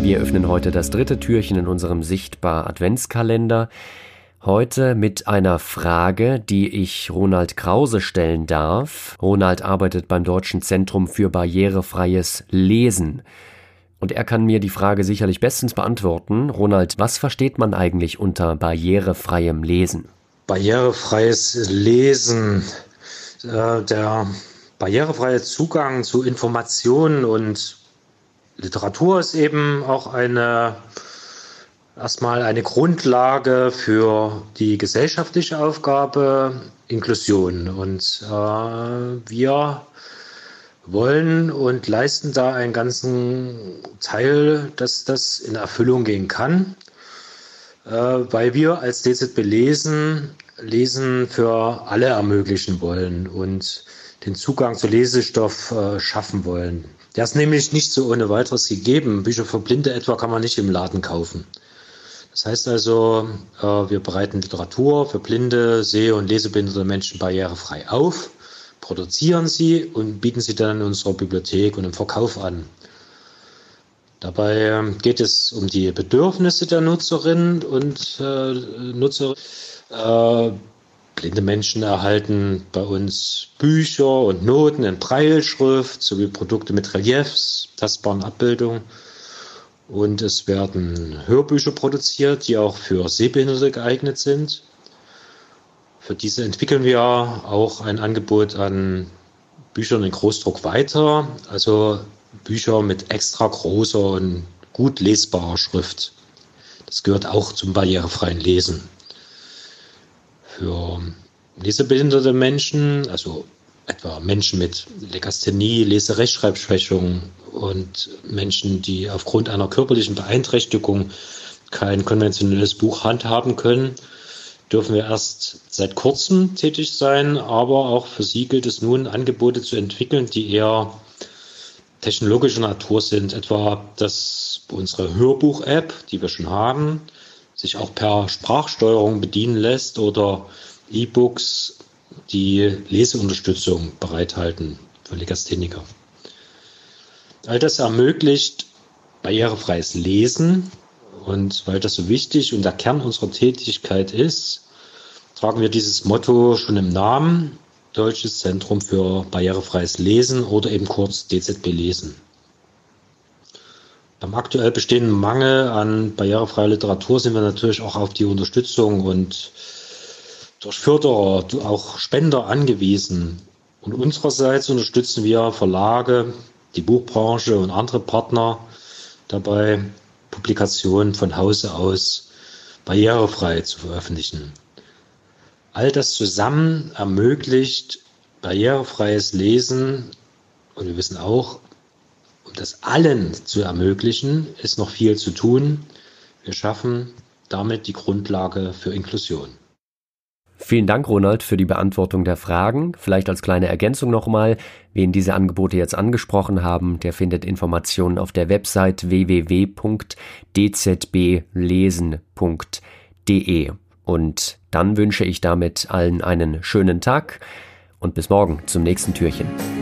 Wir öffnen heute das 3. Türchen in unserem Sichtbar Adventskalender. Heute mit einer Frage, die ich Ronald Krause stellen darf. Ronald arbeitet beim Deutschen Zentrum für barrierefreies Lesen. Und er kann mir die Frage sicherlich bestens beantworten. Ronald, was versteht man eigentlich unter barrierefreiem Lesen? Barrierefreies Lesen, der barrierefreie Zugang zu Informationen und Literatur ist eben auch erstmal eine Grundlage für die gesellschaftliche Aufgabe Inklusion. Und wir wollen und leisten da einen ganzen Teil, dass das in Erfüllung gehen kann, weil wir als DZB Lesen für alle ermöglichen wollen und den Zugang zu Lesestoff schaffen wollen. Der ist nämlich nicht so ohne weiteres gegeben. Bücher für Blinde etwa kann man nicht im Laden kaufen. Das heißt also, wir bereiten Literatur für blinde, seh- und lesebehinderte Menschen barrierefrei auf, produzieren sie und bieten sie dann in unserer Bibliothek und im Verkauf an. Dabei geht es um die Bedürfnisse der Nutzerinnen und Nutzer. Blinde Menschen erhalten bei uns Bücher und Noten in Brailleschrift sowie Produkte mit Reliefs, tastbaren Abbildungen. Und es werden Hörbücher produziert, die auch für Sehbehinderte geeignet sind. Für diese entwickeln wir auch ein Angebot an Büchern in Großdruck weiter, also Bücher mit extra großer und gut lesbarer Schrift. Das gehört auch zum barrierefreien Lesen. Für lesebehinderte Menschen, also etwa Menschen mit Legasthenie, Leserechtschreibschwächung und Menschen, die aufgrund einer körperlichen Beeinträchtigung kein konventionelles Buch handhaben können, dürfen wir erst seit kurzem tätig sein, aber auch für sie gilt es nun, Angebote zu entwickeln, die eher technologischer Natur sind, etwa dass unsere Hörbuch-App, die wir schon haben, sich auch per Sprachsteuerung bedienen lässt oder E-Books, die Leseunterstützung bereithalten für Legastheniker. All das ermöglicht barrierefreies Lesen und weil das so wichtig und der Kern unserer Tätigkeit ist, tragen wir dieses Motto schon im Namen, Deutsches Zentrum für barrierefreies Lesen oder eben kurz DZB Lesen. Beim aktuell bestehenden Mangel an barrierefreier Literatur sind wir natürlich auch auf die Unterstützung und durch Förderer, auch Spender angewiesen. Und unsererseits unterstützen wir Verlage, die Buchbranche und andere Partner dabei, Publikationen von Hause aus barrierefrei zu veröffentlichen. All das zusammen ermöglicht barrierefreies Lesen und wir wissen auch, um das allen zu ermöglichen, ist noch viel zu tun. Wir schaffen damit die Grundlage für Inklusion. Vielen Dank, Ronald, für die Beantwortung der Fragen. Vielleicht als kleine Ergänzung nochmal, wen diese Angebote jetzt angesprochen haben, der findet Informationen auf der Website www.dzblesen.de. Und dann wünsche ich damit allen einen schönen Tag und bis morgen zum nächsten Türchen.